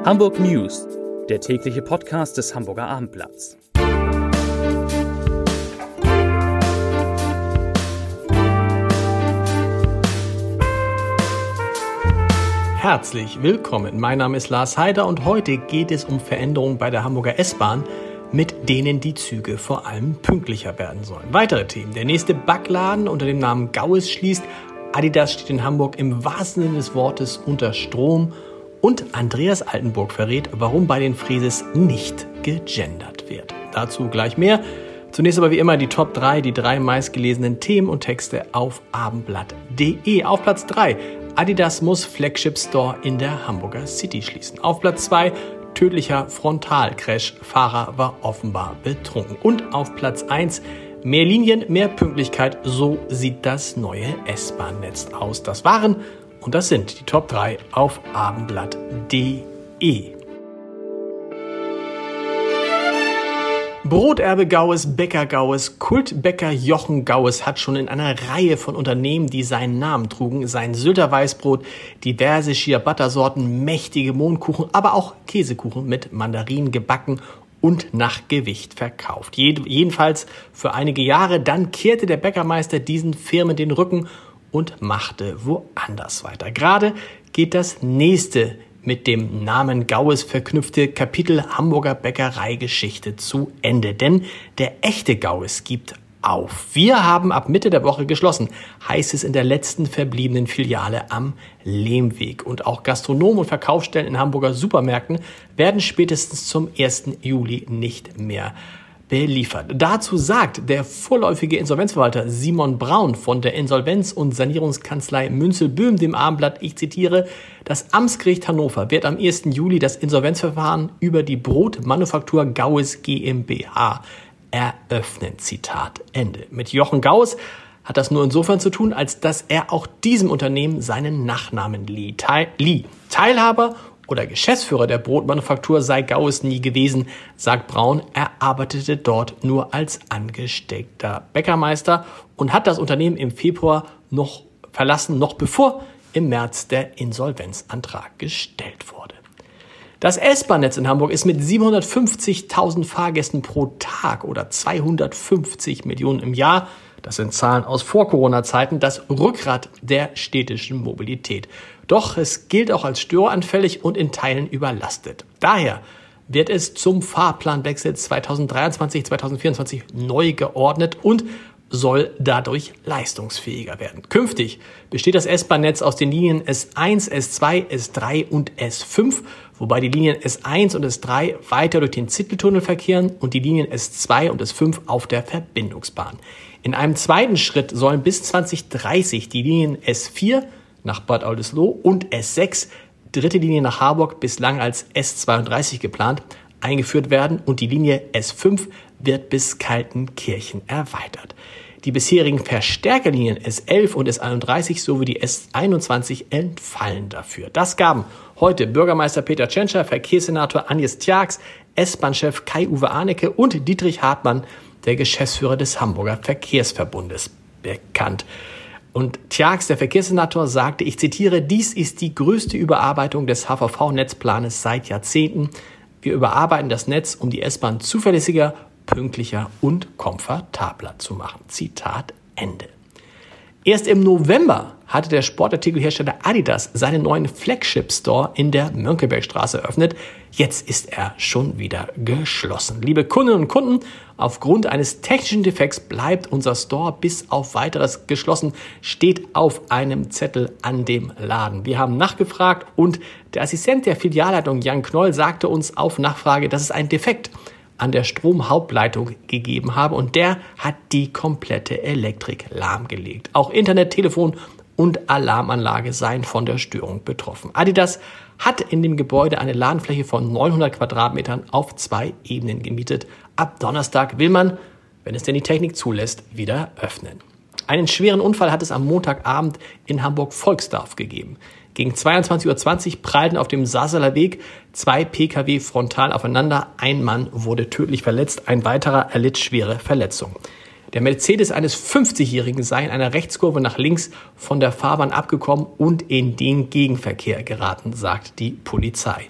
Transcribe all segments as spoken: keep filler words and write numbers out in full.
Hamburg News, der tägliche Podcast des Hamburger Abendblatts. Herzlich willkommen, mein Name ist Lars Heider und heute geht es um Veränderungen bei der Hamburger S-Bahn, mit denen die Züge vor allem pünktlicher werden sollen. Weitere Themen: Der nächste Backladen unter dem Namen Gaues schließt, Adidas steht in Hamburg im wahrsten Sinne des Wortes unter Strom und Andreas Altenburg verrät, warum bei den Freses nicht gegendert wird. Dazu gleich mehr. Zunächst aber wie immer die Top drei, die drei meistgelesenen Themen und Texte auf abendblatt punkt de. Auf Platz drei: Adidas muss Flagship Store in der Hamburger City schließen. Auf Platz zwei: tödlicher Frontalcrash, Fahrer war offenbar betrunken. Und auf Platz eins: mehr Linien, mehr Pünktlichkeit, so sieht das neue S-Bahn-Netz aus. Das waren und das sind die Top drei auf abendblatt punkt de. Broterbe Gaues, Bäcker Gaues, Kultbäcker Jochen Gaues hat schon in einer Reihe von Unternehmen, die seinen Namen trugen, sein Sylter Weißbrot, diverse Ciabatta-Sorten, mächtige Mohnkuchen, aber auch Käsekuchen mit Mandarinen gebacken und nach Gewicht verkauft. Jed- jedenfalls für einige Jahre. Dann kehrte der Bäckermeister diesen Firmen den Rücken und machte woanders weiter. Gerade geht das nächste mit dem Namen Gaues verknüpfte Kapitel Hamburger Bäckereigeschichte zu Ende. Denn der echte Gaues gibt auf. Wir haben ab Mitte der Woche geschlossen, heißt es in der letzten verbliebenen Filiale am Lehmweg. Und auch Gastronomen und Verkaufsstellen in Hamburger Supermärkten werden spätestens zum ersten Juli nicht mehr beliefert. Dazu sagt der vorläufige Insolvenzverwalter Simon Braun von der Insolvenz- und Sanierungskanzlei Münzel-Böhm dem Abendblatt, ich zitiere: Das Amtsgericht Hannover wird am ersten Juli das Insolvenzverfahren über die Brotmanufaktur Gaues GmbH eröffnen. Zitat Ende. Mit Jochen Gaues hat das nur insofern zu tun, als dass er auch diesem Unternehmen seinen Nachnamen lieh. Teilhaber oder Geschäftsführer der Brotmanufaktur sei Gaues nie gewesen, sagt Braun. Er arbeitete dort nur als angestellter Bäckermeister und hat das Unternehmen im Februar noch verlassen, noch bevor im März der Insolvenzantrag gestellt wurde. Das S-Bahn-Netz in Hamburg ist mit siebenhundertfünfzigtausend Fahrgästen pro Tag oder zweihundertfünfzig Millionen im Jahr, das sind Zahlen aus Vor-Corona-Zeiten, das Rückgrat der städtischen Mobilität. Doch es gilt auch als störanfällig und in Teilen überlastet. Daher wird es zum Fahrplanwechsel zweitausenddreiundzwanzig zweitausendvierundzwanzig neu geordnet und soll dadurch leistungsfähiger werden. Künftig besteht das S-Bahn-Netz aus den Linien S eins, S zwei, S drei und S fünf, wobei die Linien S eins und S drei weiter durch den Zitteltunnel verkehren und die Linien S zwei und S fünf auf der Verbindungsbahn. In einem zweiten Schritt sollen bis zweitausenddreißig die Linien S vier nach Bad Oldesloe und S sechs, dritte Linie nach Harburg, bislang als S zweiunddreißig geplant, eingeführt werden und die Linie S fünf wird bis Kaltenkirchen erweitert. Die bisherigen Verstärkerlinien S elf und S einunddreißig sowie die S einundzwanzig entfallen dafür. Das gaben heute Bürgermeister Peter Tschentscher, Verkehrssenator Agnes Tjax, S-Bahn-Chef Kai-Uwe Arnecke und Dietrich Hartmann, der Geschäftsführer des Hamburger Verkehrsverbundes, bekannt. Und Tjax, der Verkehrssenator, sagte, ich zitiere: Dies ist die größte Überarbeitung des H V V-Netzplanes seit Jahrzehnten. Wir überarbeiten das Netz, um die S-Bahn zuverlässiger, pünktlicher und komfortabler zu machen. Zitat Ende. Erst im November hatte der Sportartikelhersteller Adidas seinen neuen Flagship Store in der Mönckebergstraße eröffnet. Jetzt ist er schon wieder geschlossen. Liebe Kundinnen und Kunden, aufgrund eines technischen Defekts bleibt unser Store bis auf weiteres geschlossen, steht auf einem Zettel an dem Laden. Wir haben nachgefragt und der Assistent der Filialleitung Jan Knoll sagte uns auf Nachfrage, dass es einen Defekt an der Stromhauptleitung gegeben habe und der hat die komplette Elektrik lahmgelegt. Auch Internet, Telefon und Alarmanlage seien von der Störung betroffen. Adidas hat in dem Gebäude eine Ladenfläche von neunhundert Quadratmetern auf zwei Ebenen gemietet. Ab Donnerstag will man, wenn es denn die Technik zulässt, wieder öffnen. Einen schweren Unfall hat es am Montagabend in Hamburg-Volksdorf gegeben. Gegen zweiundzwanzig Uhr zwanzig prallten auf dem Saarsaler Weg zwei Pkw frontal aufeinander. Ein Mann wurde tödlich verletzt, ein weiterer erlitt schwere Verletzungen. Der Mercedes eines fünfzigjährigen sei in einer Rechtskurve nach links von der Fahrbahn abgekommen und in den Gegenverkehr geraten, sagt die Polizei.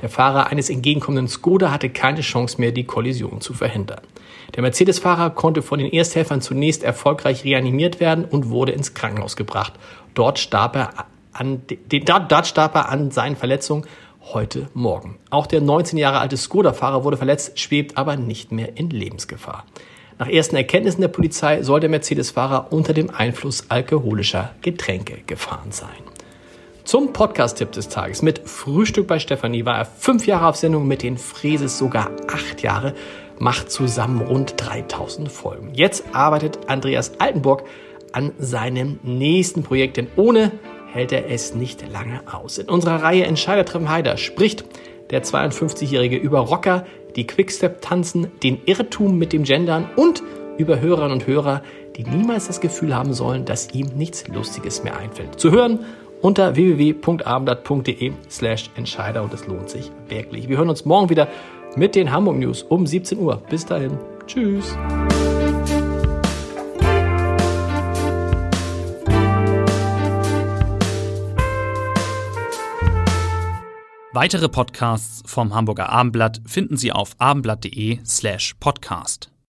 Der Fahrer eines entgegenkommenden Skoda hatte keine Chance mehr, die Kollision zu verhindern. Der Mercedes-Fahrer konnte von den Ersthelfern zunächst erfolgreich reanimiert werden und wurde ins Krankenhaus gebracht. Dort starb er an, den, dort starb er an seinen Verletzungen heute Morgen. Auch der neunzehn Jahre alte Skoda-Fahrer wurde verletzt, schwebt aber nicht mehr in Lebensgefahr. Nach ersten Erkenntnissen der Polizei soll der Mercedes-Fahrer unter dem Einfluss alkoholischer Getränke gefahren sein. Zum Podcast-Tipp des Tages. Mit Frühstück bei Stefanie war er fünf Jahre auf Sendung, mit den Fräses sogar acht Jahre, macht zusammen rund dreitausend Folgen. Jetzt arbeitet Andreas Altenburg an seinem nächsten Projekt, denn ohne hält er es nicht lange aus. In unserer Reihe Entscheider treffen Heider spricht der zweiundfünfzigjährige über Rocker, die Quickstep tanzen, den Irrtum mit dem Gendern und über Hörerinnen und Hörer, die niemals das Gefühl haben sollen, dass ihm nichts Lustiges mehr einfällt. Zu hören unter w w w punkt abendblatt punkt de slash Entscheider und es lohnt sich wirklich. Wir hören uns morgen wieder mit den Hamburg News um siebzehn Uhr. Bis dahin. Tschüss. Weitere Podcasts vom Hamburger Abendblatt finden Sie auf abendblatt punkt de slash podcast.